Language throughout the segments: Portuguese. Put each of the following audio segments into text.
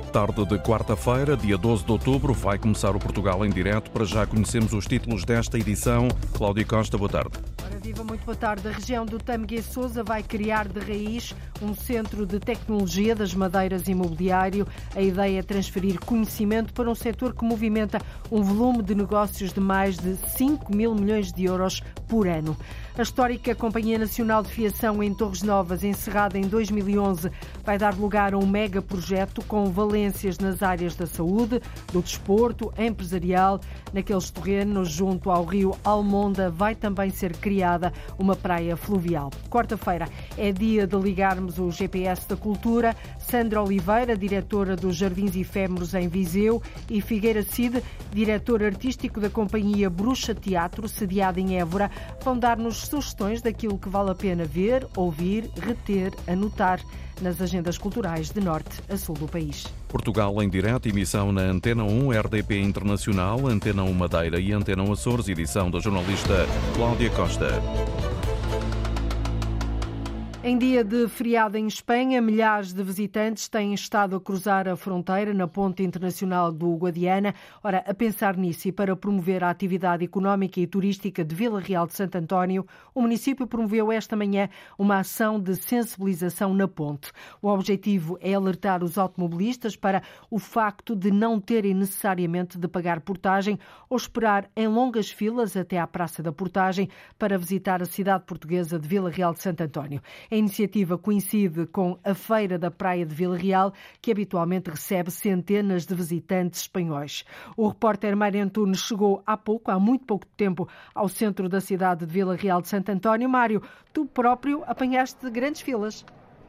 Tarde de quarta-feira, dia 12 de outubro, vai começar o Portugal em direto. Para já conhecemos os títulos desta edição. Cláudia Costa, boa tarde. Ora, viva, muito boa tarde. A região do Tâmega e Sousa vai criar de raiz um centro de tecnologia das madeiras e imobiliário. A ideia é transferir conhecimento para um setor que movimenta um volume de negócios de mais de 5 mil milhões de euros por ano. A histórica Companhia Nacional de Fiação em Torres Novas, encerrada em 2011, vai dar lugar a um mega-projeto com valências nas áreas da saúde, do desporto, empresarial. Naqueles terrenos, junto ao rio Almonda, vai também ser criada uma praia fluvial. Quarta-feira é dia de ligarmos o GPS da cultura. Sandra Oliveira, diretora dos Jardins Efêmeros em Viseu, e Figueira Cide, diretor artístico da Companhia Bruxa Teatro, sediada em Évora, vão dar-nos sugestões daquilo que vale a pena ver, ouvir, reter, anotar nas agendas culturais de norte a sul do país. Portugal em direto, emissão na Antena 1, RDP Internacional, Antena 1 Madeira e Antena 1 Açores, edição da jornalista Cláudia Costa. Em dia de feriado em Espanha, milhares de visitantes têm estado a cruzar a fronteira na ponte internacional do Guadiana. Ora, a pensar nisso e para promover a atividade económica e turística de Vila Real de Santo António, o município promoveu esta manhã uma ação de sensibilização na ponte. O objetivo é alertar os automobilistas para o facto de não terem necessariamente de pagar portagem ou esperar em longas filas até à Praça da Portagem para visitar a cidade portuguesa de Vila Real de Santo António. A iniciativa coincide com a Feira da Praia de Vila Real, que habitualmente recebe centenas de visitantes espanhóis. O repórter Mário Antunes chegou há muito pouco tempo, ao centro da cidade de Vila Real de Santo António. Mário, tu próprio apanhaste grandes filas.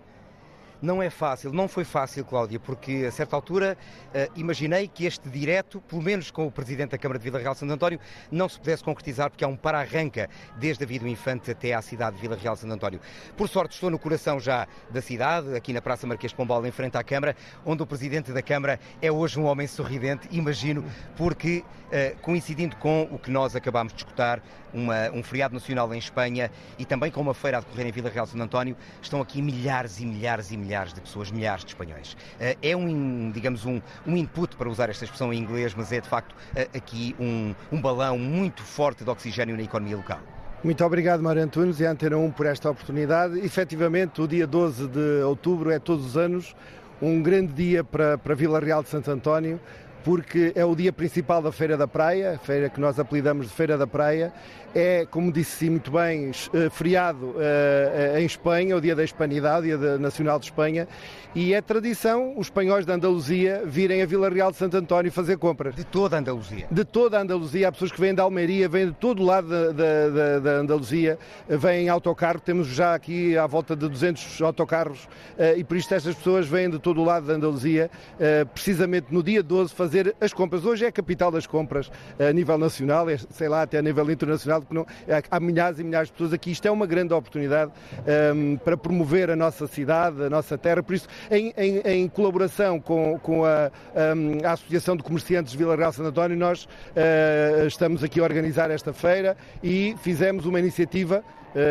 Não é fácil, não foi fácil, Cláudia, porque a certa altura imaginei que este direto, pelo menos com o Presidente da Câmara de Vila Real de Santo António, não se pudesse concretizar porque há um para-arranca desde a Via do Infante até à cidade de Vila Real de Santo António. Por sorte estou no coração já da cidade, aqui na Praça Marquês de Pombal, em frente à Câmara, onde o Presidente da Câmara é hoje um homem sorridente, imagino, porque coincidindo com o que nós acabámos de escutar, um feriado nacional em Espanha e também com uma feira a decorrer em Vila Real de Santo António, estão aqui milhares e milhares e milhares de pessoas, milhares de espanhóis. É digamos, um input, para usar esta expressão em inglês, mas é de facto aqui um balão muito forte de oxigênio na economia local. Muito obrigado, Mário Antunes e à Antena 1 por esta oportunidade. Efetivamente, o dia 12 de outubro é todos os anos um grande dia para Vila Real de Santo António, porque é o dia principal da Feira da Praia, a feira que nós apelidamos de Feira da Praia. É, como disse muito bem, feriado em Espanha, o dia da Hispanidade, o dia nacional de Espanha, e é tradição os espanhóis da Andaluzia virem a Vila Real de Santo António fazer compras. De toda a Andaluzia? De toda a Andaluzia. Há pessoas que vêm da Almeria, vêm de todo o lado da Andaluzia, vêm em autocarro. Temos já aqui à volta de 200 autocarros e por isso estas pessoas vêm de todo o lado da Andaluzia, precisamente no dia 12, fazer as compras. Hoje é a capital das compras a nível nacional, sei lá, até a nível internacional, porque há milhares e milhares de pessoas aqui. Isto é uma grande oportunidade para promover a nossa cidade, a nossa terra. Por isso, em colaboração com a Associação de Comerciantes de Vila Real de Santo António, nós estamos aqui a organizar esta feira e fizemos uma iniciativa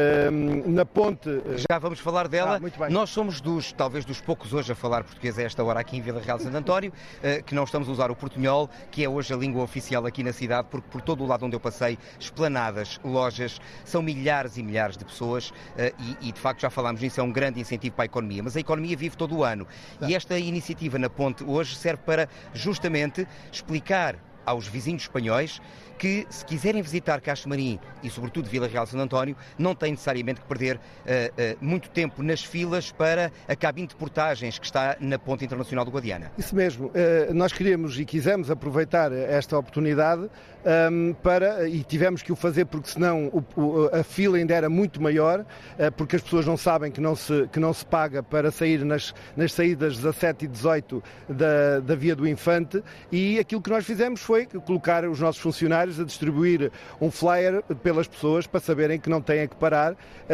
na ponte. Já vamos falar dela. Muito bem. Nós somos talvez dos poucos hoje a falar português a esta hora aqui em Vila Real de Santo António, que não estamos a usar o portunhol, que é hoje a língua oficial aqui na cidade, porque por todo o lado onde eu passei, esplanadas, lojas, são milhares e milhares de pessoas e de facto já falámos nisso, é um grande incentivo para a economia, mas a economia vive todo o ano e esta iniciativa na ponte hoje serve para justamente explicar aos vizinhos espanhóis que, se quiserem visitar Castro Marim e, sobretudo, Vila Real de Santo António, não têm necessariamente que perder muito tempo nas filas para a cabine de portagens que está na Ponte Internacional do Guadiana. Isso mesmo. Nós queríamos e quisemos aproveitar esta oportunidade e tivemos que o fazer porque senão a fila ainda era muito maior, porque as pessoas não sabem que não se paga para sair nas saídas 17 e 18 da Via do Infante, e aquilo que nós fizemos foi foi colocar os nossos funcionários a distribuir um flyer pelas pessoas para saberem que não têm que parar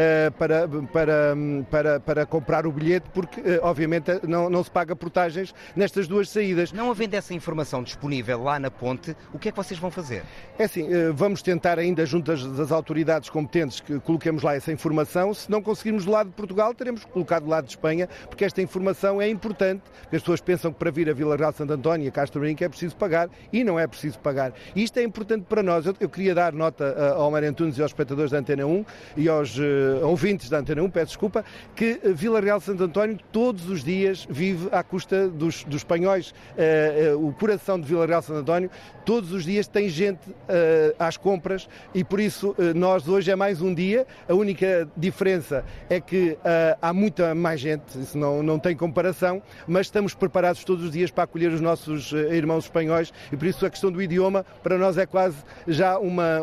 para comprar o bilhete, porque obviamente não se paga portagens nestas duas saídas. Não havendo essa informação disponível lá na ponte, o que é que vocês vão fazer? É assim, vamos tentar ainda junto das autoridades competentes que coloquemos lá essa informação. Se não conseguirmos do lado de Portugal, teremos que colocar do lado de Espanha, porque esta informação é importante, porque as pessoas pensam que para vir a Vila Real de Santo António e a Castro Branco é preciso pagar, e não é preciso pagar. E isto é importante para nós. Eu queria dar nota ao Mário Antunes e aos espectadores da Antena 1 e aos ouvintes da Antena 1, peço desculpa, que Vila Real de Santo António todos os dias vive à custa dos espanhóis. O coração de Vila Real de Santo António todos os dias tem gente às compras, e por isso nós hoje é mais um dia. A única diferença é que há muita mais gente, isso não tem comparação, mas estamos preparados todos os dias para acolher os nossos irmãos espanhóis, e por isso a questão do idioma para nós é quase já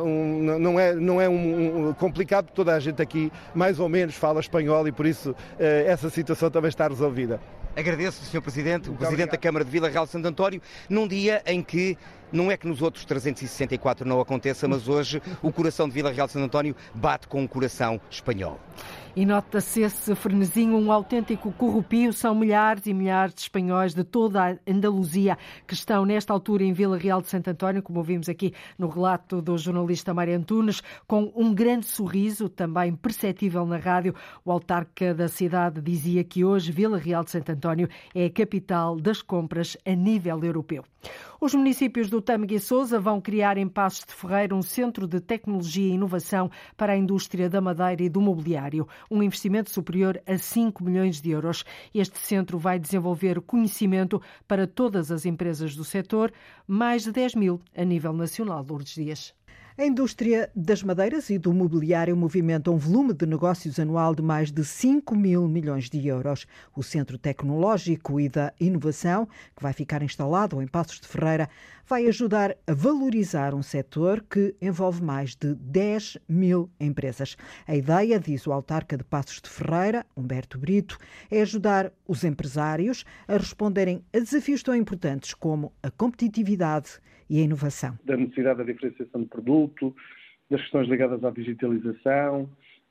não é complicado, porque toda a gente aqui mais ou menos fala espanhol, e por isso essa situação também está resolvida. Agradeço, Sr. Presidente, o Presidente da Câmara de Vila Real de Santo António, num dia em que não é que nos outros 364 não aconteça, mas hoje o coração de Vila Real de Santo António bate com o coração espanhol. E nota-se esse frenesinho, um autêntico corrupio. São milhares e milhares de espanhóis de toda a Andaluzia que estão nesta altura em Vila Real de Santo António, como ouvimos aqui no relato do jornalista Mário Antunes, com um grande sorriso, também perceptível na rádio. O autarca da cidade dizia que hoje Vila Real de Santo António é a capital das compras a nível europeu. Os municípios do Tâmega e Sousa vão criar em Passos de Ferreira um centro de tecnologia e inovação para a indústria da madeira e do mobiliário, um investimento superior a 5 milhões de euros. Este centro vai desenvolver conhecimento para todas as empresas do setor, mais de 10 mil a nível nacional. Lourdes Dias. A indústria das madeiras e do mobiliário movimenta um volume de negócios anual de mais de 5 mil milhões de euros. O Centro Tecnológico e da Inovação, que vai ficar instalado em Passos de Ferreira, vai ajudar a valorizar um setor que envolve mais de 10 mil empresas. A ideia, diz o autarca de Passos de Ferreira, Humberto Brito, é ajudar os empresários a responderem a desafios tão importantes como a competitividade e a inovação. Da necessidade da diferenciação de produto, das questões ligadas à digitalização,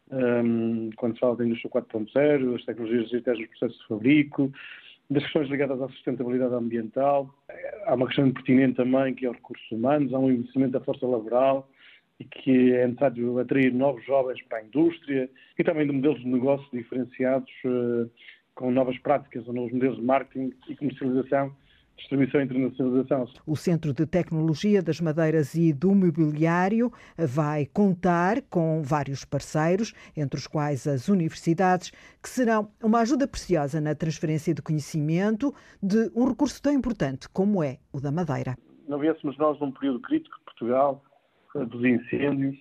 quando se fala da indústria 4.0, das tecnologias digitais dos processos de fabrico, das questões ligadas à sustentabilidade ambiental. Há uma questão pertinente também, que é os recursos humanos, há um investimento da força laboral e que é necessário atrair novos jovens para a indústria, e também de modelos de negócio diferenciados com novas práticas ou novos modelos de marketing e comercialização, distribuição e internacionalização. O Centro de Tecnologia das Madeiras e do Mobiliário vai contar com vários parceiros, entre os quais as universidades, que serão uma ajuda preciosa na transferência de conhecimento de um recurso tão importante como é o da madeira. Não viéssemos nós num período crítico de Portugal, dos incêndios,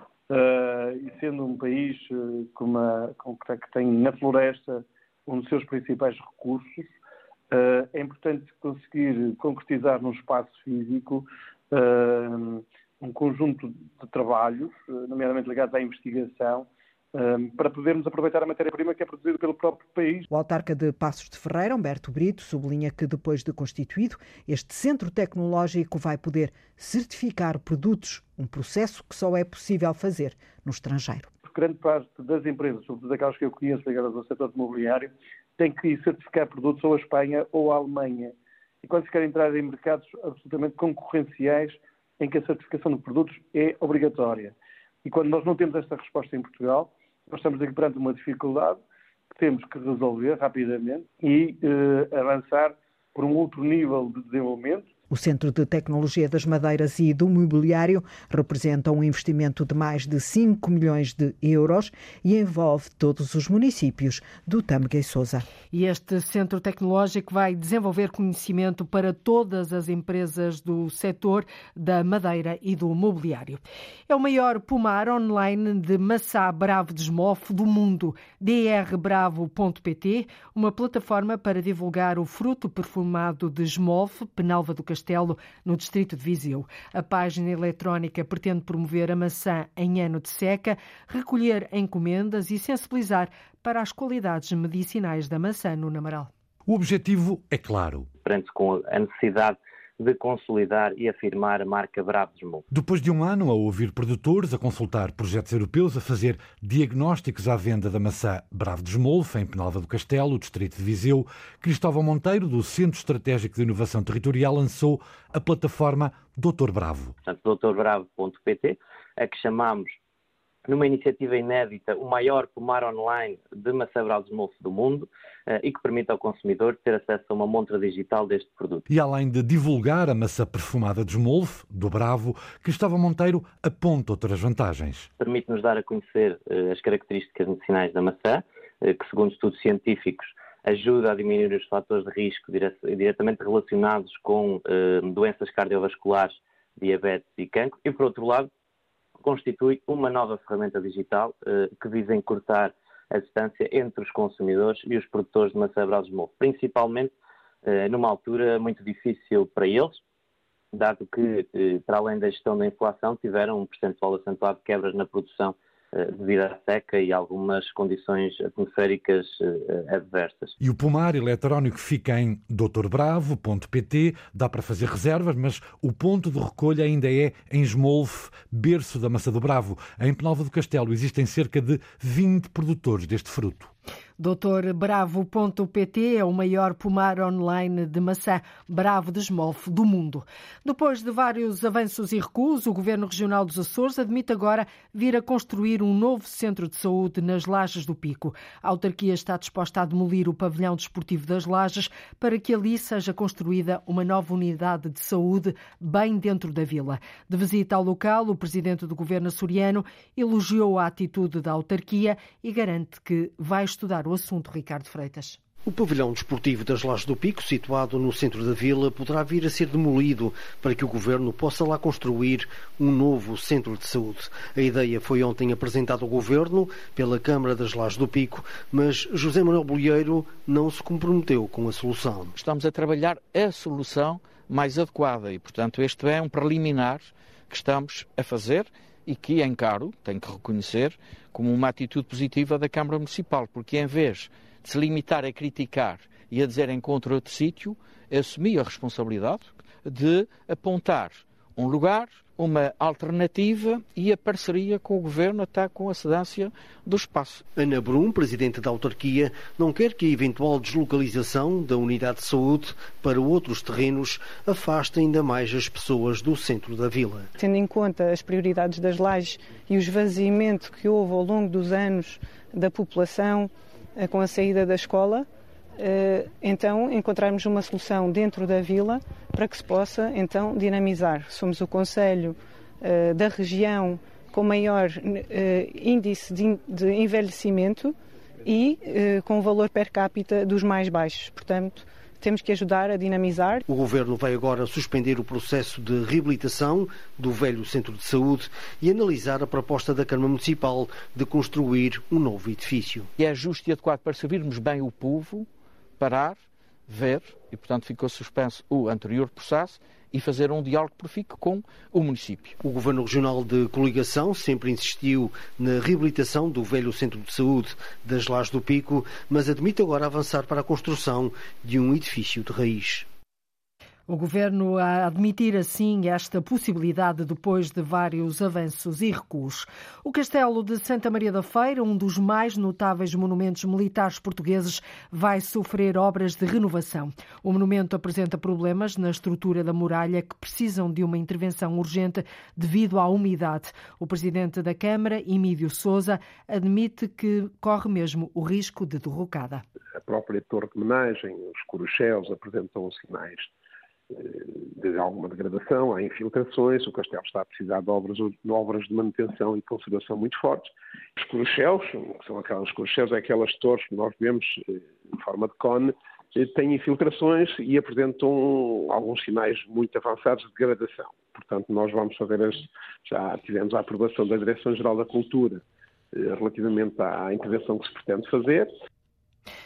e sendo um país que tem na floresta um dos seus principais recursos, é importante conseguir concretizar num espaço físico um conjunto de trabalhos, nomeadamente ligados à investigação, para podermos aproveitar a matéria-prima que é produzida pelo próprio país. O autarca de Passos de Ferreira, Humberto Brito, sublinha que depois de constituído, este centro tecnológico vai poder certificar produtos, um processo que só é possível fazer no estrangeiro. Grande parte das empresas, sobretudo aquelas que eu conheço ligadas ao setor imobiliário, tem que certificar produtos ou a Espanha ou a Alemanha. E quando se quer entrar em mercados absolutamente concorrenciais, em que a certificação de produtos é obrigatória. E quando nós não temos esta resposta em Portugal, nós estamos aqui perante uma dificuldade que temos que resolver rapidamente e avançar por um outro nível de desenvolvimento. O Centro de Tecnologia das Madeiras e do Mobiliário representa um investimento de mais de 5 milhões de euros e envolve todos os municípios do Tâmega e Sousa. E este Centro Tecnológico vai desenvolver conhecimento para todas as empresas do setor da madeira e do mobiliário. É o maior pomar online de maçã bravo de esmolfe do mundo, drbravo.pt, uma plataforma para divulgar o fruto perfumado de esmolfe, Penalva do Castelo, no distrito de Viseu. A página eletrónica pretende promover a maçã em ano de seca, recolher encomendas e sensibilizar para as qualidades medicinais da maçã no Amaral. O objetivo é claro. Prende-se com a necessidade de consolidar e afirmar a marca Bravo dos Molfos. Depois de um ano a ouvir produtores, a consultar projetos europeus, a fazer diagnósticos à venda da maçã Bravo dos Molfos, em Penalva do Castelo, distrito de Viseu, Cristóvão Monteiro, do Centro Estratégico de Inovação Territorial, lançou a plataforma Doutor Bravo. Portanto, doutorbravo.pt, a que chamamos, numa iniciativa inédita, o maior pomar online de maçã Bravo dos Molfos do mundo e que permite ao consumidor ter acesso a uma montra digital deste produto. E além de divulgar a maçã perfumada dos Molfos, do Bravo, Cristóvão Monteiro aponta outras vantagens. Permite-nos dar a conhecer as características medicinais da maçã, que, segundo estudos científicos, ajuda a diminuir os fatores de risco diretamente relacionados com doenças cardiovasculares, diabetes e cancro. E, por outro lado, constitui uma nova ferramenta digital que visa encurtar a distância entre os consumidores e os produtores de maçã Bravo dos Molfos, principalmente numa altura muito difícil para eles, dado que, para além da gestão da inflação, tiveram um percentual acentuado de quebras na produção devido à seca e algumas condições atmosféricas adversas. E o pomar eletrónico fica em doutorbravo.pt, dá para fazer reservas, mas o ponto de recolha ainda é em Esmolfe, berço da maçã do Bravo. Em Penalva do Castelo existem cerca de 20 produtores deste fruto. doutorbravo.pt é o maior pomar online de maçã Bravo dos Molfos do mundo. Depois de vários avanços e recuos, o Governo Regional dos Açores admite agora vir a construir um novo centro de saúde nas Lajes do Pico. A autarquia está disposta a demolir o pavilhão desportivo das Lajes para que ali seja construída uma nova unidade de saúde bem dentro da vila. De visita ao local, o presidente do Governo açoriano elogiou a atitude da autarquia e garante que vai estudar o assunto. Ricardo Freitas. O pavilhão desportivo das Lajes do Pico, situado no centro da vila, poderá vir a ser demolido para que o Governo possa lá construir um novo centro de saúde. A ideia foi ontem apresentada ao Governo pela Câmara das Lajes do Pico, mas José Manuel Bolheiro não se comprometeu com a solução. Estamos a trabalhar a solução mais adequada e, portanto, este é um preliminar que estamos a fazer e que encaro, tenho que reconhecer, como uma atitude positiva da Câmara Municipal, porque em vez de se limitar a criticar e a dizer encontre outro sítio, assumi a responsabilidade de apontar um lugar, uma alternativa e a parceria com o Governo até com a cedência do espaço. Ana Brum, presidente da autarquia, não quer que a eventual deslocalização da unidade de saúde para outros terrenos afaste ainda mais as pessoas do centro da vila. Tendo em conta as prioridades das Lajes e o esvaziamento que houve ao longo dos anos da população com a saída da escola, então encontrarmos uma solução dentro da vila para que se possa então dinamizar. Somos o concelho da região com maior índice de envelhecimento e com o valor per capita dos mais baixos. Portanto, temos que ajudar a dinamizar. O Governo vai agora suspender o processo de reabilitação do velho centro de saúde e analisar a proposta da Câmara Municipal de construir um novo edifício. E é justo e adequado para servirmos bem o povo, parar, ver, e portanto ficou suspenso o anterior processo, e fazer um diálogo que fique com o município. O Governo Regional de Coligação sempre insistiu na reabilitação do velho centro de saúde das Lajes do Pico, mas admite agora avançar para a construção de um edifício de raiz. O Governo a admitir assim esta possibilidade depois de vários avanços e recuos. O Castelo de Santa Maria da Feira, um dos mais notáveis monumentos militares portugueses, vai sofrer obras de renovação. O monumento apresenta problemas na estrutura da muralha que precisam de uma intervenção urgente devido à umidade. O presidente da Câmara, Emílio Sousa, admite que corre mesmo o risco de derrocada. A própria torre de homenagem, os corucheus apresentam sinais de alguma degradação, há infiltrações, o castelo está a precisar de obras de manutenção e conservação muito fortes. Os corucheus, que são aquelas torres que nós vemos em forma de cone, têm infiltrações e apresentam alguns sinais muito avançados de degradação. Portanto, nós vamos fazer já tivemos a aprovação da Direção-Geral da Cultura relativamente à intervenção que se pretende fazer.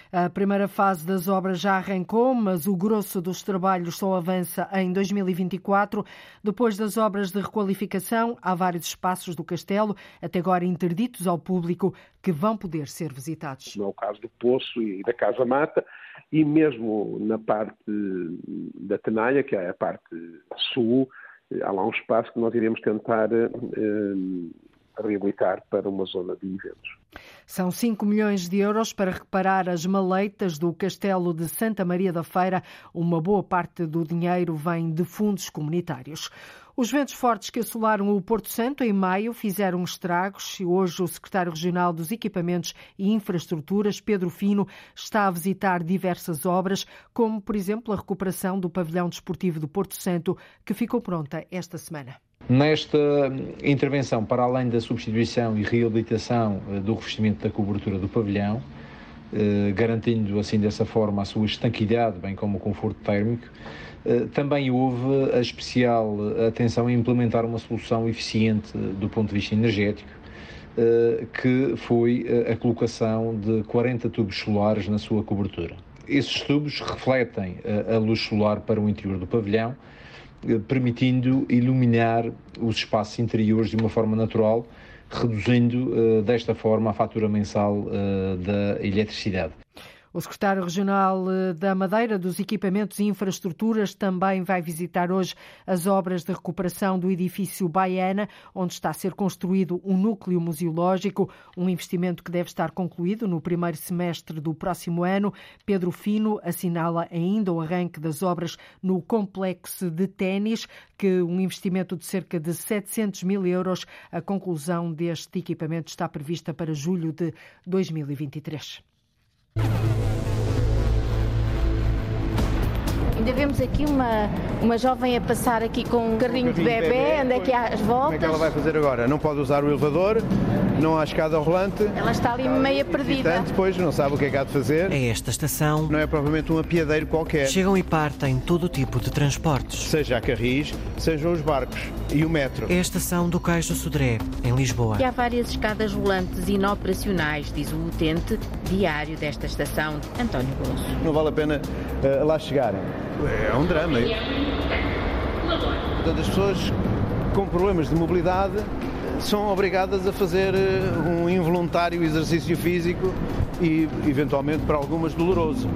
A primeira fase das obras já arrancou, mas o grosso dos trabalhos só avança em 2024. Depois das obras de requalificação, há vários espaços do castelo, até agora interditos ao público, que vão poder ser visitados. Não é o caso do Poço e da Casa Mata, e mesmo na parte da Tenalha, que é a parte sul, há lá um espaço que nós iremos tentar reabilitar para uma zona de eventos. São 5 milhões de euros para reparar as maleitas do Castelo de Santa Maria da Feira. Uma boa parte do dinheiro vem de fundos comunitários. Os ventos fortes que assolaram o Porto Santo em maio fizeram estragos e hoje o secretário regional dos Equipamentos e Infraestruturas, Pedro Fino, está a visitar diversas obras, como, por exemplo, a recuperação do pavilhão desportivo do Porto Santo, que ficou pronta esta semana. Nesta intervenção, para além da substituição e reabilitação do revestimento da cobertura do pavilhão, garantindo assim dessa forma a sua estanquidade, bem como o conforto térmico, também houve a especial atenção em implementar uma solução eficiente do ponto de vista energético, que foi a colocação de 40 tubos solares na sua cobertura. Esses tubos refletem a luz solar para o interior do pavilhão, permitindo iluminar os espaços interiores de uma forma natural, reduzindo desta forma a fatura mensal da eletricidade. O secretário regional da Madeira dos Equipamentos e Infraestruturas também vai visitar hoje as obras de recuperação do edifício Baiana, onde está a ser construído um núcleo museológico, um investimento que deve estar concluído no primeiro semestre do próximo ano. Pedro Fino assinala ainda o arranque das obras no complexo de ténis, que um investimento de cerca de 700 mil euros. A conclusão deste equipamento está prevista para julho de 2023. Ainda vemos aqui uma jovem a passar aqui com um carrinho de bebê, anda aqui às voltas. Como é que ela vai fazer agora? Não pode usar o elevador, não há escada rolante. Ela está ali meia perdida. Portanto, depois não sabe o que é que há de fazer. A esta estação não é propriamente um apiadeiro qualquer. Chegam e partem todo tipo de transportes. Seja a Carris, sejam os barcos e o metro. É a estação do Cais do Sodré, em Lisboa. E há várias escadas rolantes inoperacionais, diz o utente diário desta estação, António Grosso. Não vale a pena lá chegarem. É um drama. Portanto, as pessoas com problemas de mobilidade são obrigadas a fazer um involuntário exercício físico e, eventualmente, para algumas, doloroso.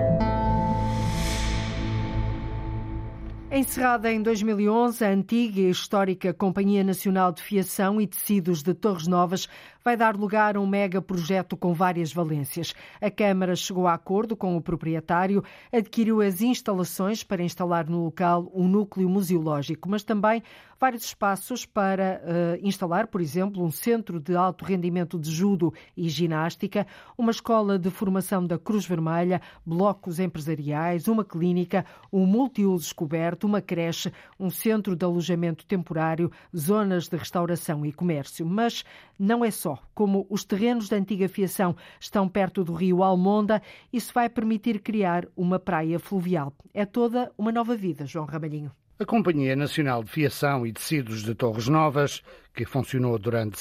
Encerrada em 2011, a antiga e histórica Companhia Nacional de Fiação e Tecidos de Torres Novas vai dar lugar a um mega-projeto com várias valências. A Câmara chegou a acordo com o proprietário, adquiriu as instalações para instalar no local um núcleo museológico, mas também vários espaços para instalar, por exemplo, um centro de alto rendimento de judo e ginástica, uma escola de formação da Cruz Vermelha, blocos empresariais, uma clínica, um multiusos coberto, uma creche, um centro de alojamento temporário, zonas de restauração e comércio. Mas não é só. Como os terrenos da antiga fiação estão perto do rio Almonda, isso vai permitir criar uma praia fluvial. É toda uma nova vida, João Ramalhinho. A Companhia Nacional de Fiação e Tecidos de Torres Novas, que funcionou durante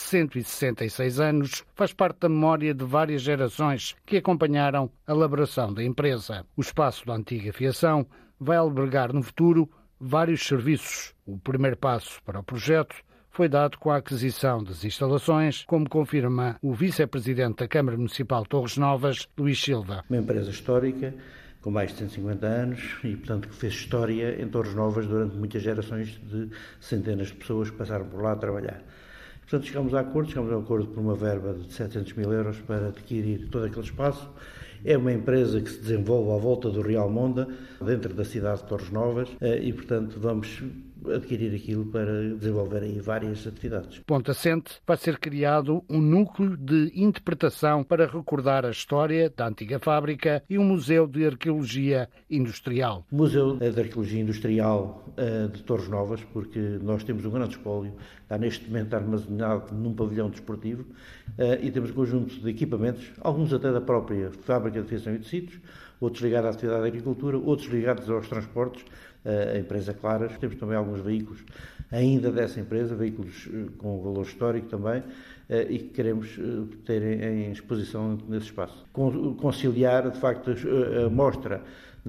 166 anos, faz parte da memória de várias gerações que acompanharam a elaboração da empresa. O espaço da antiga fiação vai albergar no futuro vários serviços. O primeiro passo para o projeto foi dado com a aquisição das instalações, como confirma o vice-presidente da Câmara Municipal de Torres Novas, Luís Silva. Uma empresa histórica, com mais de 150 anos e, portanto, que fez história em Torres Novas durante muitas gerações de centenas de pessoas que passaram por lá a trabalhar. Portanto, chegamos a acordo por uma verba de 700 mil euros para adquirir todo aquele espaço. É uma empresa que se desenvolve à volta do Rio Almonda, dentro da cidade de Torres Novas, e, portanto, vamos adquirir aquilo para desenvolver aí várias atividades. Ponto assente, vai ser criado um núcleo de interpretação para recordar a história da antiga fábrica e um museu de arqueologia industrial. O Museu de Arqueologia Industrial de Torres Novas, porque nós temos um grande espólio, está neste momento armazenado num pavilhão desportivo, e temos um conjunto de equipamentos, alguns até da própria fábrica de fiação e tecidos, outros ligados à atividade da agricultura, outros ligados aos transportes, a empresa Claras. Temos também alguns veículos ainda dessa empresa, veículos com valor histórico também, e que queremos ter em exposição nesse espaço. Conciliar, de facto, a mostra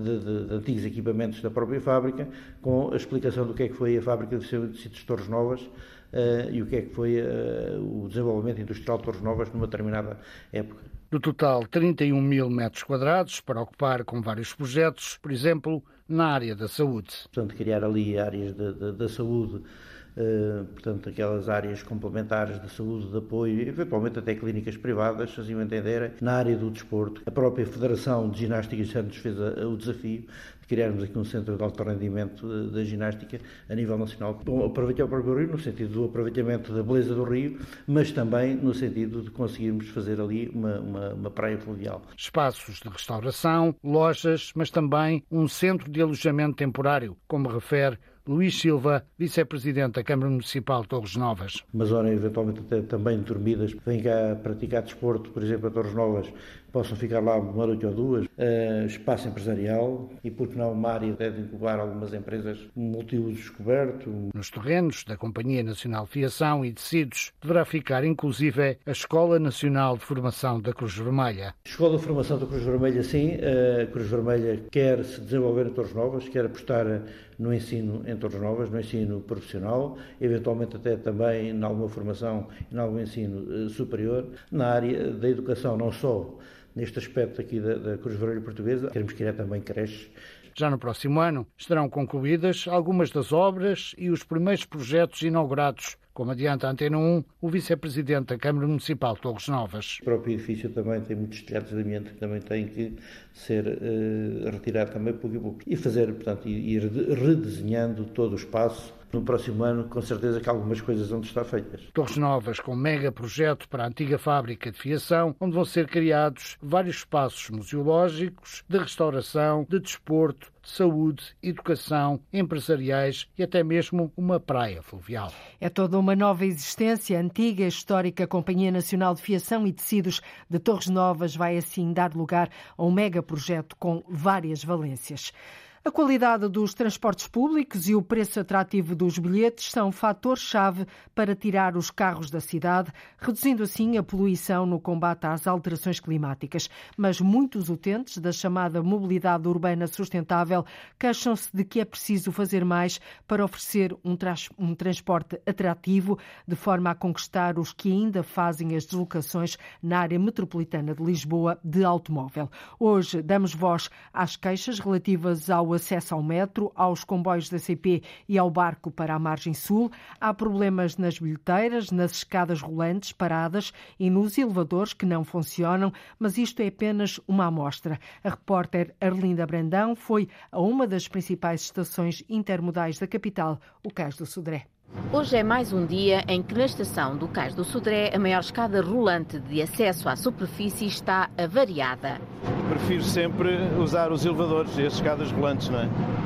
de antigos equipamentos da própria fábrica com a explicação do que é que foi a fábrica de tecidos de Torres Novas e o que é que foi o desenvolvimento industrial de Torres Novas numa determinada época. Do total, 31 mil metros quadrados para ocupar com vários projetos, por exemplo, na área da saúde. Portanto, criar ali áreas da saúde, portanto, aquelas áreas complementares de saúde, de apoio, eventualmente até clínicas privadas, se assim o entenderem, na área do desporto. A própria Federação de Ginástica já nos fez o desafio de criarmos aqui um centro de alto rendimento da ginástica a nível nacional. Bom, aproveitar o próprio Rio, no sentido do aproveitamento da beleza do Rio, mas também no sentido de conseguirmos fazer ali uma praia fluvial. Espaços de restauração, lojas, mas também um centro de alojamento temporário, como refere Luís Silva, vice-presidente da Câmara Municipal de Torres Novas. Uma zona eventualmente até também dormidas, vêm cá praticar desporto, por exemplo, a Torres Novas, possam ficar lá uma noite ou duas, espaço empresarial e, por que não, uma área até de incubar algumas empresas multiuso descoberto. Nos terrenos da Companhia Nacional de Fiação e Tecidos deverá ficar, inclusive, a Escola Nacional de Formação da Cruz Vermelha. Escola de Formação da Cruz Vermelha, sim. A Cruz Vermelha quer se desenvolver em Torres Novas, quer apostar no ensino em Torres Novas, no ensino profissional, eventualmente até também em alguma formação e em algum ensino superior, na área da educação, não só neste aspecto aqui da Cruz Vermelha Portuguesa, queremos criar também creches. Já no próximo ano estarão concluídas algumas das obras e os primeiros projetos inaugurados, como adianta a Antena 1, o vice-presidente da Câmara Municipal de Torres Novas. O próprio edifício também tem muitos telhados de amianto que também têm que ser retirados também pouco a pouco. E fazer, portanto, ir redesenhando todo o espaço. No próximo ano, com certeza que algumas coisas vão estar feitas. Torres Novas com um mega projeto para a antiga fábrica de fiação, onde vão ser criados vários espaços museológicos, de restauração, de desporto, de saúde, educação, empresariais e até mesmo uma praia fluvial. É toda uma nova existência. A antiga e histórica Companhia Nacional de Fiação e Tecidos de Torres Novas vai assim dar lugar a um mega projeto com várias valências. A qualidade dos transportes públicos e o preço atrativo dos bilhetes são fatores-chave para tirar os carros da cidade, reduzindo assim a poluição no combate às alterações climáticas. Mas muitos utentes da chamada mobilidade urbana sustentável queixam-se de que é preciso fazer mais para oferecer um transporte atrativo, de forma a conquistar os que ainda fazem as deslocações na área metropolitana de Lisboa de automóvel. Hoje damos voz às queixas relativas ao acesso ao metro, aos comboios da CP e ao barco para a margem sul. Há problemas nas bilheteiras, nas escadas rolantes paradas e nos elevadores que não funcionam, mas isto é apenas uma amostra. A repórter Arlinda Brandão foi a uma das principais estações intermodais da capital, o Cais do Sodré. Hoje é mais um dia em que na estação do Cais do Sodré a maior escada rolante de acesso à superfície está avariada. Prefiro sempre usar os elevadores e as escadas rolantes, não é?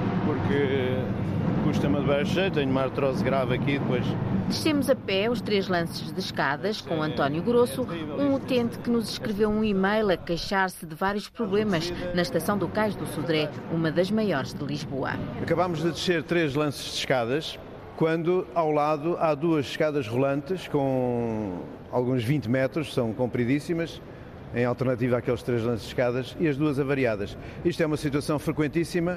Porque custa-me de baixo jeito, tenho uma artrose grave aqui depois. Descemos a pé os 3 lances de escadas com António Grosso, um utente que nos escreveu um e-mail a queixar-se de vários problemas na estação do Cais do Sodré, uma das maiores de Lisboa. Acabámos de descer 3 lances de escadas, quando ao lado há 2 escadas rolantes com alguns 20 metros, são compridíssimas, em alternativa àqueles 3 lances de escadas, e as 2 avariadas. Isto é uma situação frequentíssima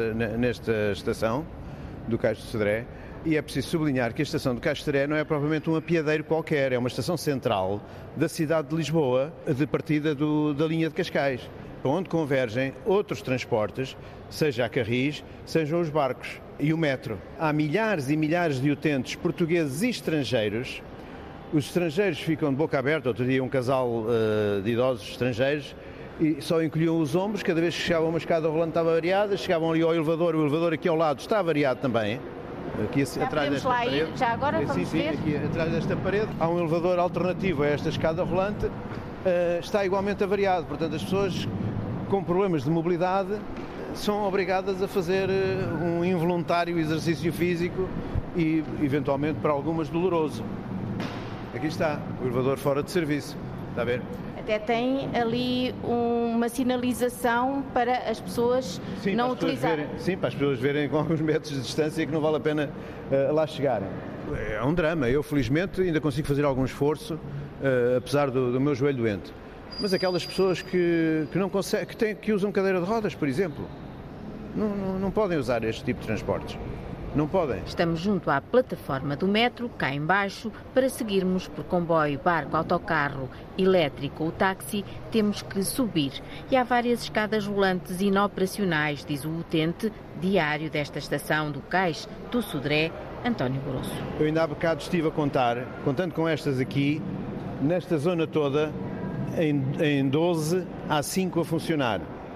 nesta estação do Cais do Sodré, e é preciso sublinhar que a estação do Cais do Sodré não é propriamente um apiadeiro qualquer, é uma estação central da cidade de Lisboa, de partida da linha de Cascais, para onde convergem outros transportes, seja a Carris, sejam os barcos e o metro. Há milhares e milhares de utentes portugueses e estrangeiros. Os estrangeiros ficam de boca aberta. Outro dia um casal de idosos estrangeiros e só encolhiam os ombros cada vez que chegavam uma escada rolante estava variada, chegavam ali ao elevador, o elevador aqui ao lado está variado também. Aqui atrás desta parede. Já agora vamos ver. Aqui atrás desta parede há um elevador alternativo a esta escada rolante, está igualmente avariado. Portanto, as pessoas com problemas de mobilidade são obrigadas a fazer um involuntário exercício físico e, eventualmente, para algumas, doloroso. Aqui está, o elevador fora de serviço. Está a ver? Até tem ali uma sinalização para as pessoas não utilizarem. Sim, para as pessoas verem com alguns metros de distância que não vale a pena lá chegarem. É um drama. Eu, felizmente, ainda consigo fazer algum esforço apesar do meu joelho doente. Mas aquelas pessoas que não conseguem, que usam cadeira de rodas, por exemplo, não podem usar este tipo de transportes. Não podem. Estamos junto à plataforma do metro, cá embaixo, para seguirmos por comboio, barco, autocarro, elétrico ou táxi, temos que subir. E há várias escadas rolantes inoperacionais, diz o utente diário desta estação do Cais do Sodré, António Grosso. Eu ainda há bocado estive a contar, contando com estas aqui, nesta zona toda, em 12 há 5 a funcionar.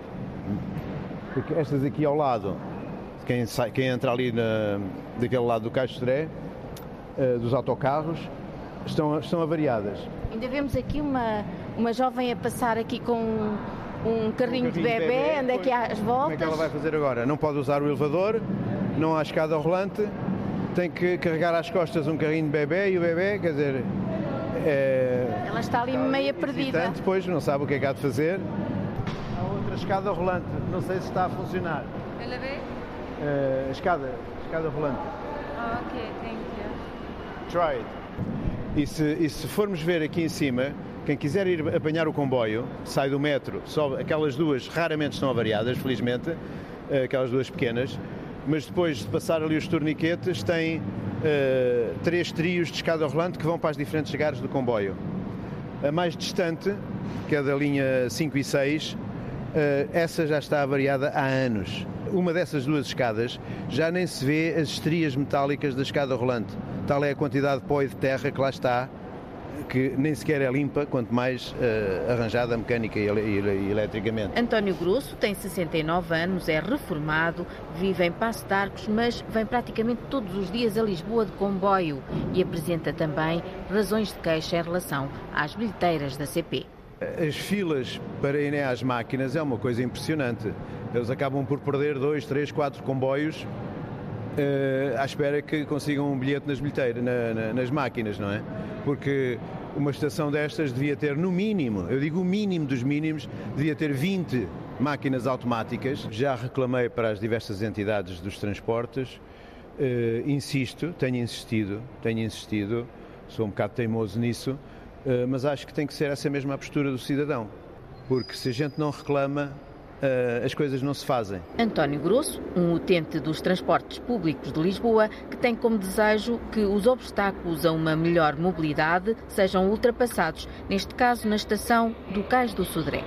Porque estas aqui ao lado, quem entra ali daquele lado do Cais do Sodré, dos autocarros, estão avariadas. Ainda vemos aqui uma jovem a passar aqui com um carrinho de bebê, anda aqui às voltas. Como é que ela vai fazer agora? Não pode usar o elevador, não há escada rolante, tem que carregar às costas um carrinho de bebê e o bebê, quer dizer... Ela está ali meia perdida. Depois não sabe o que é que há de fazer. Há outra escada rolante, não sei se está a funcionar. Ela vê? Escada rolante. Ok, thank you. Try it. E se formos ver aqui em cima, quem quiser ir apanhar o comboio, sai do metro, só aquelas duas raramente estão avariadas, felizmente, aquelas duas pequenas, mas depois de passar ali os torniquetes, tem 3 trios de escada rolante que vão para as diferentes chegadas do comboio. A mais distante, que é da linha 5 e 6, essa já está avariada há anos. Uma dessas duas escadas já nem se vê as estrias metálicas da escada rolante. Tal é a quantidade de pó e de terra que lá está, que nem sequer é limpa, quanto mais arranjada mecânica e eletricamente. António Grosso tem 69 anos, é reformado, vive em Paço de Arcos, mas vem praticamente todos os dias a Lisboa de comboio e apresenta também razões de queixa em relação às bilheteiras da CP. As filas para irem às máquinas é uma coisa impressionante. Eles acabam por perder 2, 3, 4 comboios à espera que consigam um bilhete nas bilheteiras, nas máquinas, não é? Porque uma estação destas devia ter no mínimo, eu digo o mínimo dos mínimos, devia ter 20 máquinas automáticas. Já reclamei para as diversas entidades dos transportes, tenho insistido, sou um bocado teimoso nisso, mas acho que tem que ser essa mesma a postura do cidadão, porque se a gente não reclama, as coisas não se fazem. António Grosso, um utente dos transportes públicos de Lisboa, que tem como desejo que os obstáculos a uma melhor mobilidade sejam ultrapassados, neste caso na estação do Cais do Sodré.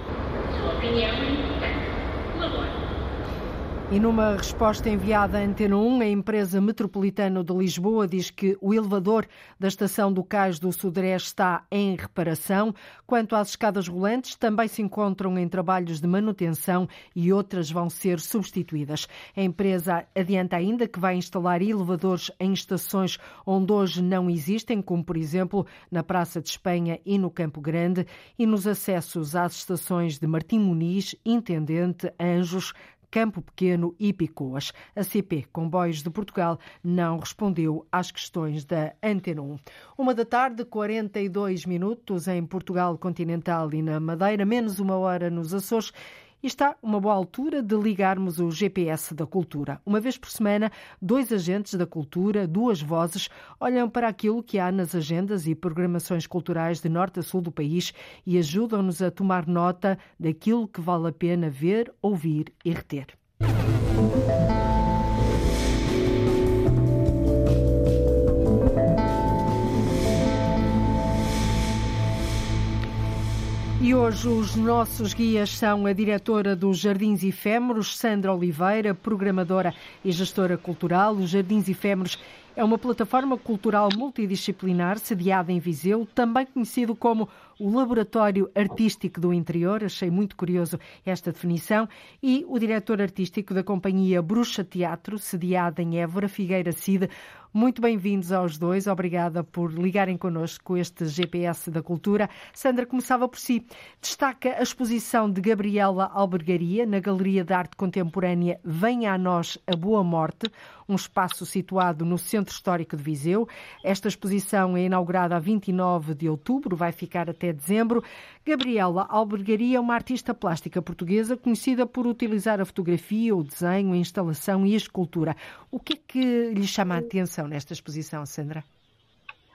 E numa resposta enviada à Antena 1, a empresa metropolitana de Lisboa diz que o elevador da estação do Cais do Sodré está em reparação. Quanto às escadas rolantes, também se encontram em trabalhos de manutenção e outras vão ser substituídas. A empresa adianta ainda que vai instalar elevadores em estações onde hoje não existem, como por exemplo na Praça de Espanha e no Campo Grande, e nos acessos às estações de Martim Muniz, Intendente, Anjos, Campo Pequeno e Picoas. A CP Comboios de Portugal não respondeu às questões da Antena 1. 1h, 42 minutos em Portugal continental e na Madeira, menos 1 hora nos Açores. E está uma boa altura de ligarmos o GPS da cultura. Uma vez por semana, 2 agentes da cultura, 2 vozes, olham para aquilo que há nas agendas e programações culturais de norte a sul do país e ajudam-nos a tomar nota daquilo que vale a pena ver, ouvir e reter. E hoje os nossos guias são a diretora dos Jardins Efêmeros, Sandra Oliveira, programadora e gestora cultural. Os Jardins Efêmeros é uma plataforma cultural multidisciplinar sediada em Viseu, também conhecido como o Laboratório Artístico do Interior. Achei muito curioso esta definição. E o diretor artístico da companhia Bruxa Teatro, sediada em Évora, Figueira Cide. Muito bem-vindos aos dois. Obrigada por ligarem connosco este GPS da Cultura. Sandra, começava por si. Destaca a exposição de Gabriela Albergaria na Galeria de Arte Contemporânea Venha a Nós a Boa Morte, um espaço situado no Centro Histórico de Viseu. Esta exposição é inaugurada a 29 de outubro, vai ficar até dezembro. Gabriela Albergaria é uma artista plástica portuguesa conhecida por utilizar a fotografia, o desenho, a instalação e a escultura. O que é que lhe chama a atenção nesta exposição, Sandra?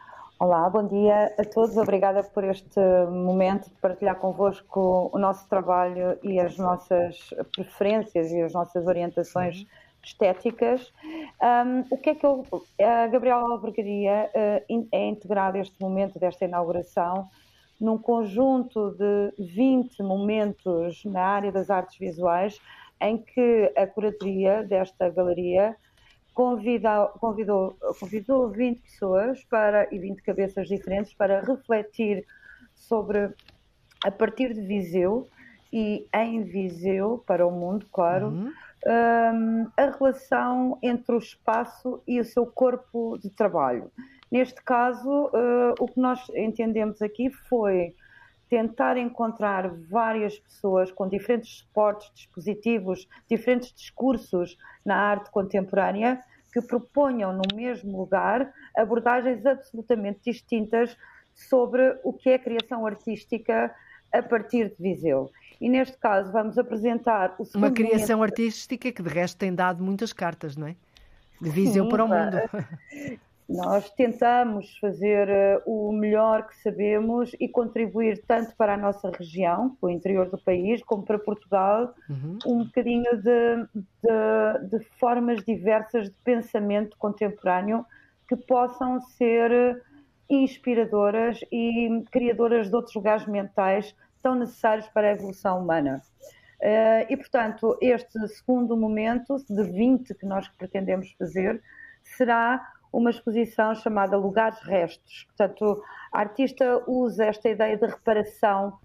Olá, bom dia a todos. Obrigada por este momento de partilhar convosco o nosso trabalho e as nossas preferências e as nossas orientações estéticas. O que é que a Gabriela Albergaria é integrada este momento desta inauguração num conjunto de 20 momentos na área das artes visuais em que a curadoria desta galeria convidou 20 pessoas e 20 cabeças diferentes para refletir sobre, a partir de Viseu e em Viseu, para o mundo, claro, a relação entre o espaço e o seu corpo de trabalho. Neste caso, o que nós entendemos aqui foi tentar encontrar várias pessoas com diferentes suportes, dispositivos, diferentes discursos na arte contemporânea que proponham no mesmo lugar abordagens absolutamente distintas sobre o que é criação artística a partir de Viseu. E neste caso vamos apresentar o segundo Uma criação momento... artística que de resto tem dado muitas cartas, não é? De Viseu para o mundo. Nós tentamos fazer o melhor que sabemos e contribuir tanto para a nossa região, o interior do país, como para Portugal, um bocadinho de formas diversas de pensamento contemporâneo que possam ser inspiradoras e criadoras de outros lugares mentais tão necessários para a evolução humana. E, portanto, este segundo momento, de 20 que nós pretendemos fazer, será uma exposição chamada Lugares Restos. Portanto, a artista usa esta ideia de reparação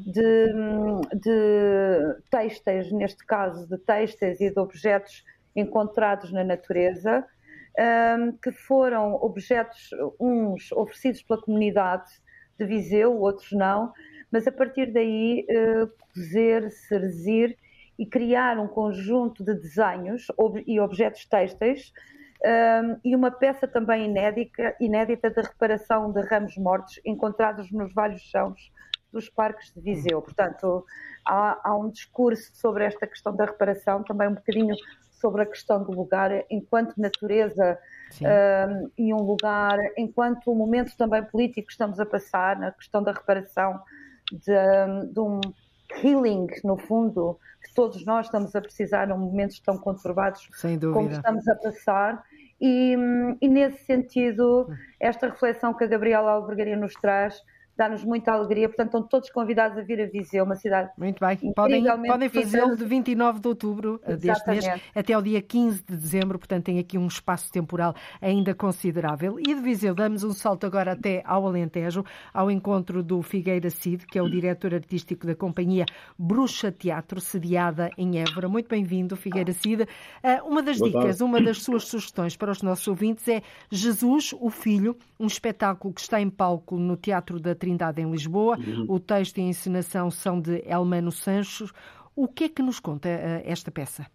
de têxteis, neste caso de têxteis e de objetos encontrados na natureza, que foram objetos, uns oferecidos pela comunidade de Viseu, outros não, mas a partir daí cozer, serzir e criar um conjunto de desenhos e objetos têxteis e uma peça também inédita de reparação de ramos mortos encontrados nos vários chãos dos parques de Viseu. Portanto, há um discurso sobre esta questão da reparação, também um bocadinho sobre a questão do lugar enquanto natureza e um lugar, enquanto um momento também político que estamos a passar, na questão da reparação, de um healing, no fundo, que todos nós estamos a precisar em momentos tão conturbados como estamos a passar. E nesse sentido, esta reflexão que a Gabriela Albergaria nos traz dá-nos muita alegria. Portanto, estão todos convidados a vir a Viseu, uma cidade muito bem. Podem fazê-lo de 29 de outubro deste mês até ao dia 15 de dezembro. Portanto, tem aqui um espaço temporal ainda considerável. E de Viseu damos um salto agora até ao Alentejo, ao encontro do Figueira Cid, que é o diretor artístico da companhia Bruxa Teatro, sediada em Évora. Muito bem-vindo, Figueira Cid. Uma das dicas, uma das suas sugestões para os nossos ouvintes é Jesus, o Filho, um espetáculo que está em palco no Teatro da Trindade em Lisboa. O texto e a encenação são de Elmano Sanches. O que é que nos conta esta peça?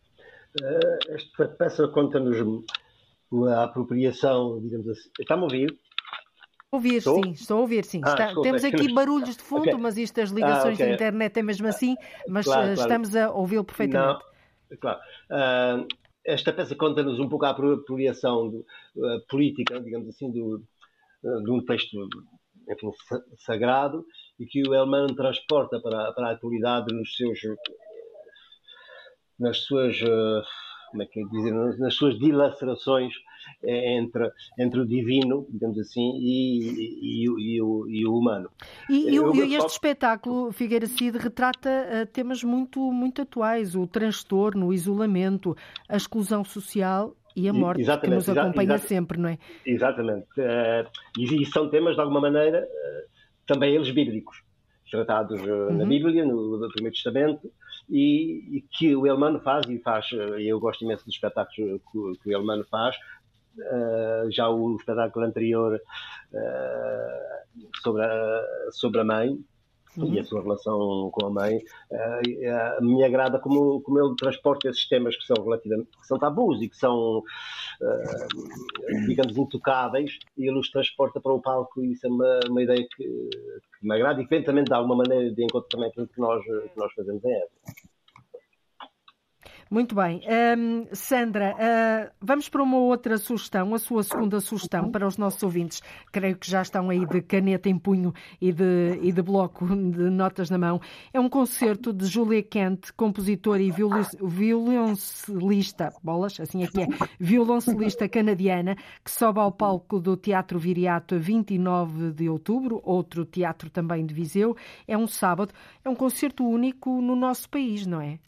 Esta peça conta-nos a apropriação, digamos assim. Está-me a ouvir? Estou a ouvir, sim. Temos aqui barulhos de fundo, mas isto, as ligações de internet é mesmo assim, mas estamos a ouvi-lo perfeitamente. Não, claro. Esta peça conta-nos um pouco a apropriação política, digamos assim, de um texto, enfim, sagrado, e que o Elmano transporta para a atualidade nas suas dilacerações entre o divino, digamos assim, e o humano. E este espetáculo, Figueira Cid, retrata temas muito, muito atuais: o transtorno, o isolamento, a exclusão social e a morte, que nos acompanha sempre, não é? Exatamente. E são temas, de alguma maneira, também eles bíblicos, tratados na Bíblia, no Primeiro Testamento, e que o Elmano faz, e eu gosto imenso dos espetáculos que o Elmano faz. Já o espetáculo anterior sobre a mãe, e a sua relação com a mãe, me agrada como ele transporta esses temas que são tabus e que são, digamos, intocáveis, e ele os transporta para o palco, e isso é uma ideia que me agrada, e que vem também de alguma maneira de encontro também aquilo que nós fazemos em Évora. Muito bem. Sandra, vamos para uma outra sugestão, a sua segunda sugestão para os nossos ouvintes. Creio que já estão aí de caneta em punho e de bloco de notas na mão. É um concerto de Julia Kent, compositora e violoncelista, violoncelista canadiana, que sobe ao palco do Teatro Viriato a 29 de outubro, outro teatro também de Viseu. É um sábado. É um concerto único no nosso país, não é?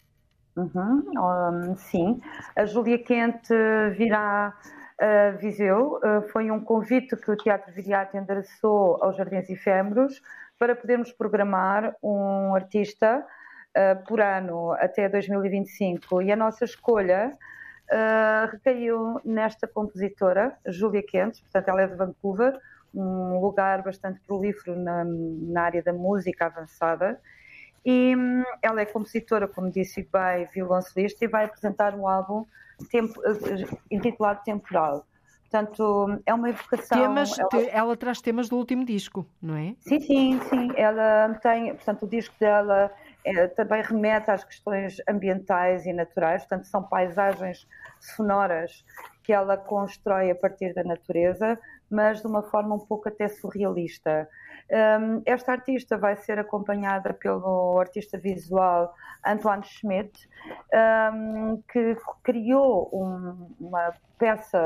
Sim, a Julia Kent virá a Viseu. Foi um convite que o Teatro Viriato endereçou aos Jardins Efêmeros para podermos programar um artista por ano até 2025. E a nossa escolha recaiu nesta compositora, Julia Kent. Portanto, ela é de Vancouver, um lugar bastante prolífero na área da música avançada. E ela é compositora, como disse bem, violoncelista, e vai apresentar um álbum intitulado Temporal. Portanto, é uma evocação... Ela traz temas do último disco, não é? Sim. Ela tem... Portanto, o disco dela também remete às questões ambientais e naturais. Portanto, são paisagens sonoras que ela constrói a partir da natureza, mas de uma forma um pouco até surrealista. Esta artista vai ser acompanhada pelo artista visual Antoine Schmidt, que criou uma peça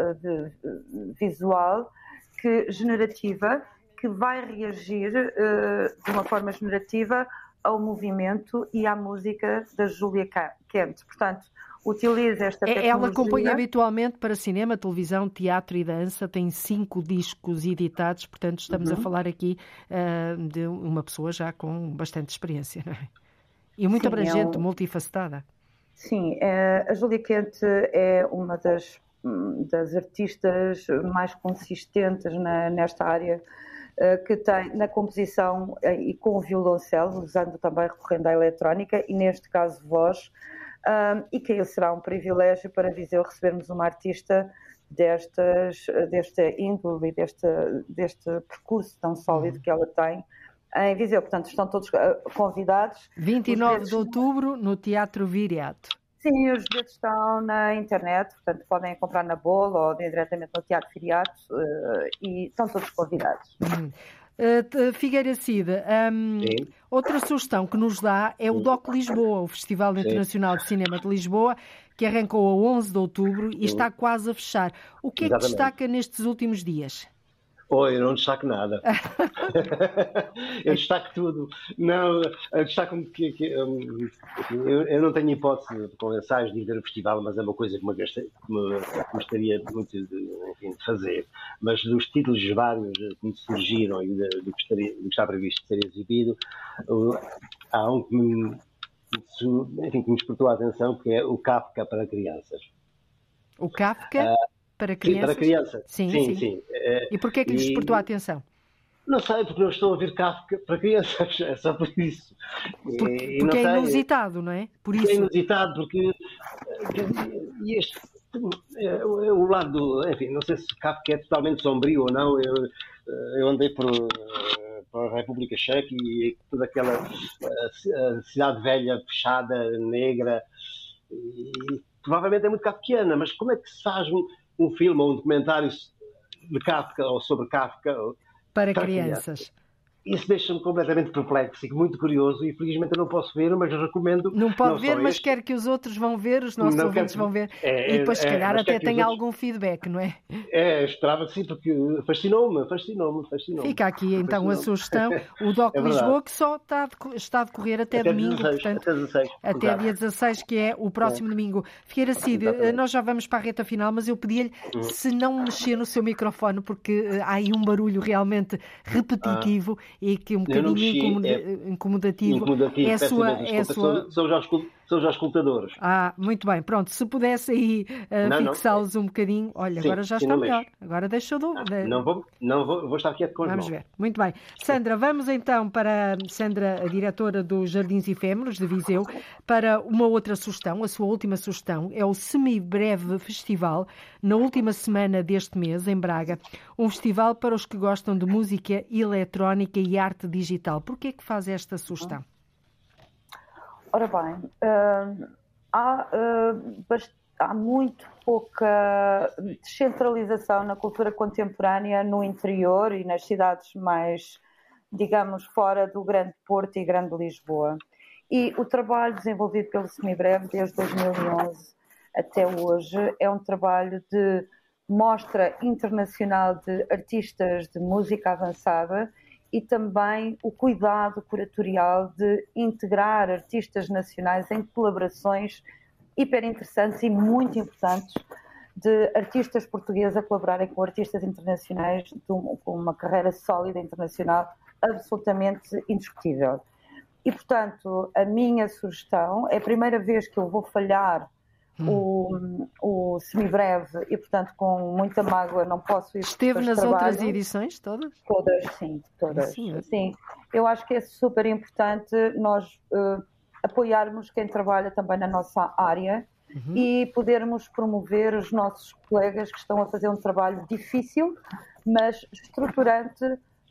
visual generativa que vai reagir de uma forma generativa ao movimento e à música da Julia Kent. Portanto, utiliza esta tecnologia. Ela compõe habitualmente para cinema, televisão, teatro e dança, tem 5 discos editados, portanto estamos a falar aqui de uma pessoa já com bastante experiência, não é? E muito abrangente, multifacetada. Sim, a Julia Kent é uma das artistas mais consistentes nesta área, que tem na composição e com o violoncelo, usando também, recorrendo à eletrónica e neste caso voz. E que será um privilégio para Viseu recebermos uma artista desta índole e deste percurso tão sólido que ela tem em Viseu. Portanto, estão todos convidados. 29 de outubro, no Teatro Viriato. Sim, os bilhetes estão na internet, portanto podem comprar na Bola ou diretamente no Teatro Viriato e estão todos convidados. Figueira Cida, outra sugestão que nos dá é o DOC Lisboa, o Festival Internacional de Cinema de Lisboa, que arrancou a 11 de outubro e está quase a fechar. O que é que destaca nestes últimos dias? Eu não destaco nada. Eu destaco tudo. Não, eu destaco que eu não tenho hipótese com ensaios de ir ver o festival, mas é uma coisa que me gostaria muito de fazer. Mas dos títulos vários que me surgiram e do que está previsto de ser exibido, há um que me despertou a atenção, que é o Kafka para crianças. O Kafka? Para crianças? Para criança. Sim. E porquê que lhes despertou a atenção? Não sei, porque não estou a ouvir Kafka para crianças, é só por isso. Porque é inusitado, não é? Por isso. É inusitado, porque o lado enfim, não sei se Kafka é totalmente sombrio ou não. Eu andei por a República Checa e toda aquela cidade velha, fechada, negra, e provavelmente é muito kafkiana, mas como é que se faz um filme ou um documentário de Kafka ou sobre Kafka para crianças? Isso deixa-me completamente perplexo e muito curioso, e felizmente eu não posso ver, mas eu recomendo. Não pode ver, mas quer que os outros vão ver, os nossos ouvintes vão ver, e depois se calhar até tem algum feedback, não é? Esperava que sim, porque fascinou-me. Fica aqui então a sugestão, o DOC Lisboa, que só está a decorrer até domingo, 16, portanto, até dia 16, que é o próximo domingo. Figueira Cida, nós já vamos para a reta final, mas eu pedi-lhe se não mexer no seu microfone, porque há aí um barulho realmente repetitivo e que um bocadinho incomodativo. É a sua... São já escutadores. Muito bem. Pronto, se pudesse aí fixá-los um bocadinho. Olha, sim, agora já está melhor. Agora deixou vou estar quieto com as mãos. Vamos ver. Muito bem. Sandra, vamos então para Sandra, a diretora dos Jardins Efêmeros de Viseu, para uma outra sugestão. A sua última sugestão é o Semibreve Festival, na última semana deste mês, em Braga. Um festival para os que gostam de música eletrónica e arte digital. Por que é que faz esta sugestão? Ora bem, há muito pouca descentralização na cultura contemporânea no interior e nas cidades mais, digamos, fora do Grande Porto e Grande Lisboa. E o trabalho desenvolvido pelo Semibreve desde 2011 até hoje é um trabalho de mostra internacional de artistas de música avançada e também o cuidado curatorial de integrar artistas nacionais em colaborações hiper interessantes e muito importantes de artistas portugueses a colaborarem com artistas internacionais com uma carreira sólida internacional absolutamente indiscutível. E, portanto, a minha sugestão, é a primeira vez que eu vou falhar o Semibreve e, portanto, com muita mágoa não posso ir. Esteve nas outras edições todas? Todas, sim, todas. Sim. Eu acho que é super importante nós apoiarmos quem trabalha também na nossa área e podermos promover os nossos colegas que estão a fazer um trabalho difícil, mas estruturante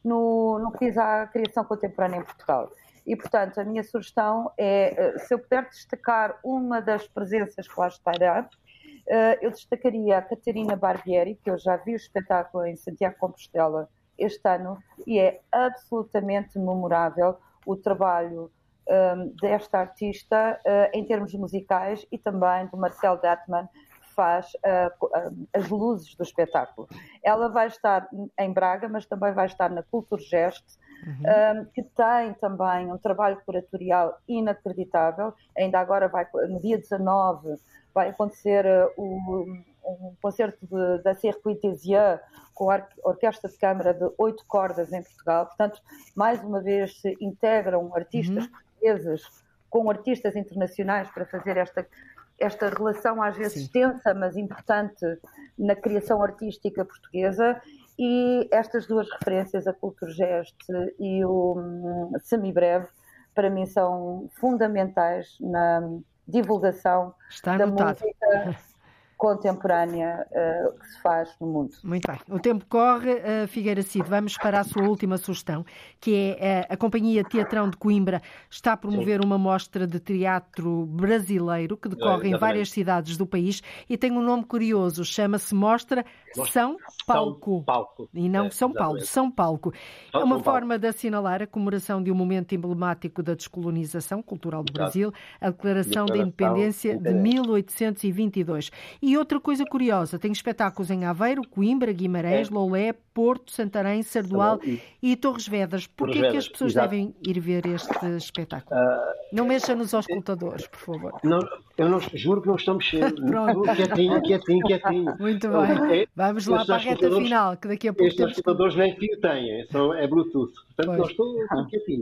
no que diz à criação contemporânea em Portugal. E, portanto, a minha sugestão é, se eu puder destacar uma das presenças que lá estará, eu destacaria a Catarina Barbieri, que eu já vi o espetáculo em Santiago de Compostela este ano, e é absolutamente memorável o trabalho desta artista em termos musicais e também do Marcel Datman, que faz as luzes do espetáculo. Ela vai estar em Braga, mas também vai estar na Culturgest, que tem também um trabalho curatorial inacreditável. Ainda agora, no dia 19, vai acontecer um concerto da Circuit Tésia com a Orquestra de Câmara de 8 cordas em Portugal. Portanto, mais uma vez se integram artistas portugueses com artistas internacionais para fazer esta relação às vezes tensa, mas importante na criação artística portuguesa. E estas duas referências, a Culturgest e o Semibreve, para mim são fundamentais na divulgação da música contemporânea que se faz no mundo. Muito bem. O tempo corre. Figueira Cid, vamos para a sua última sugestão, que é a Companhia Teatrão de Coimbra está a promover uma mostra de teatro brasileiro que decorre em várias cidades do país e tem um nome curioso, chama-se Mostra São Palco. E não São Paulo, São Palco. É uma forma de assinalar a comemoração de um momento emblemático da descolonização cultural do Brasil, a Declaração da Independência de 1822. E outra coisa curiosa, tem espetáculos em Aveiro, Coimbra, Guimarães, Loulé, Porto, Santarém, Sardual e Torres Vedras. Porquê é que as pessoas devem ir ver este espetáculo? Não mexa nos auscultadores, por favor. Não, eu não, juro que não estou mexendo. Quietinho. Muito bem. Vamos lá para a reta final, que daqui a pouco estes auscultadores nem fio têm, é Bluetooth. Portanto, não estou quietinho.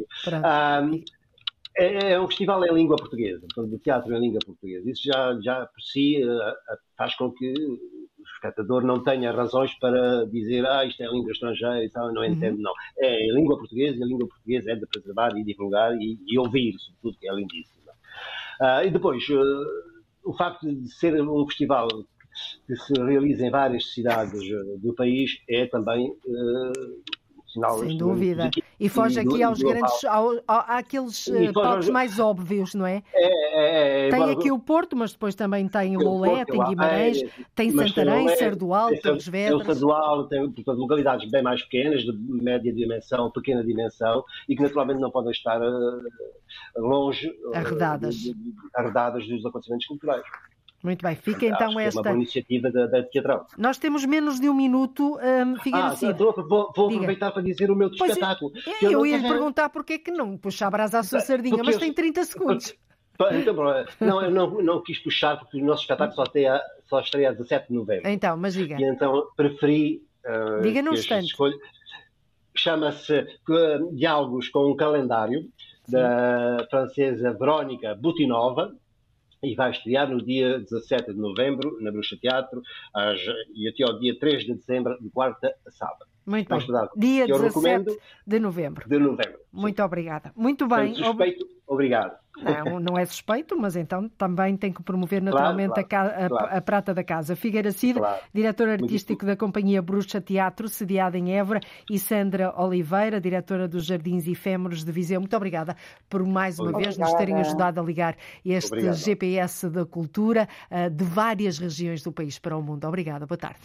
É um festival em língua portuguesa, de teatro em língua portuguesa. Isso já por si faz com que o espectador não tenha razões para dizer isto é língua estrangeira e tal, não entendo, não. É em língua portuguesa e a língua portuguesa é de preservar e divulgar e ouvir, sobretudo, que é lindíssimo. E depois, o facto de ser um festival que se realiza em várias cidades do país é também... Sem dúvida. E foge aqui aos grandes, àqueles palcos mais óbvios, não é? Tem aqui o Porto, mas depois também tem o Loulé, tem Guimarães, tem Santarém, Sardual, Torres Vedras. Tem o Sardual, tem, portanto, localidades bem mais pequenas, de média dimensão, pequena dimensão, e que naturalmente não podem estar longe arredadas dos acontecimentos culturais. Muito bem, fica então esta... É uma boa iniciativa da Teatral. Nós temos menos de um minuto, Figueira Cid. Vou aproveitar para dizer o meu espetáculo. Eu ia lhe perguntar porque é que não puxa a brasa à sua sardinha, mas tem 30 segundos. Então, eu não quis puxar porque o nosso espetáculo só estreia a 17 de novembro. Então, mas diga. E então preferi... Diga num instante. Chama-se Diálogos com um Calendário, da francesa Verónica Butinova, e vai estrear no dia 17 de novembro, na Bruxa Teatro, e até ao dia 3 de dezembro, de quarta a sábado. Muito bem. Dia 17 de novembro. Muito obrigada. Muito bem. Suspeito, obrigado. Não é suspeito, mas então também tem que promover naturalmente a prata da casa. Figueira Cid, diretor artístico da Companhia Bruxa Teatro, sediada em Évora, e Sandra Oliveira, diretora dos Jardins Efêmeros de Viseu. Muito obrigada por mais uma vez nos terem ajudado a ligar este GPS da cultura de várias regiões do país para o mundo. Obrigada. Boa tarde.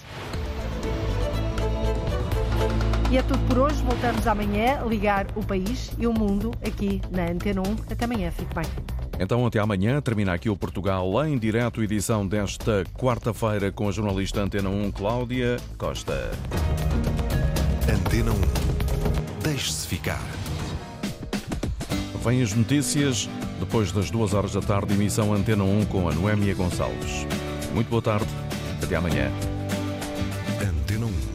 E é tudo por hoje. Voltamos amanhã a ligar o país e o mundo aqui na Antena 1. Até amanhã. Fique bem. Então, até amanhã. Termina aqui o Portugal em direto, edição desta quarta-feira com a jornalista Antena 1, Cláudia Costa. Antena 1. Deixe-se ficar. Vêm as notícias depois das 2 da tarde, emissão Antena 1 com a Noémia Gonçalves. Muito boa tarde. Até amanhã. Antena 1.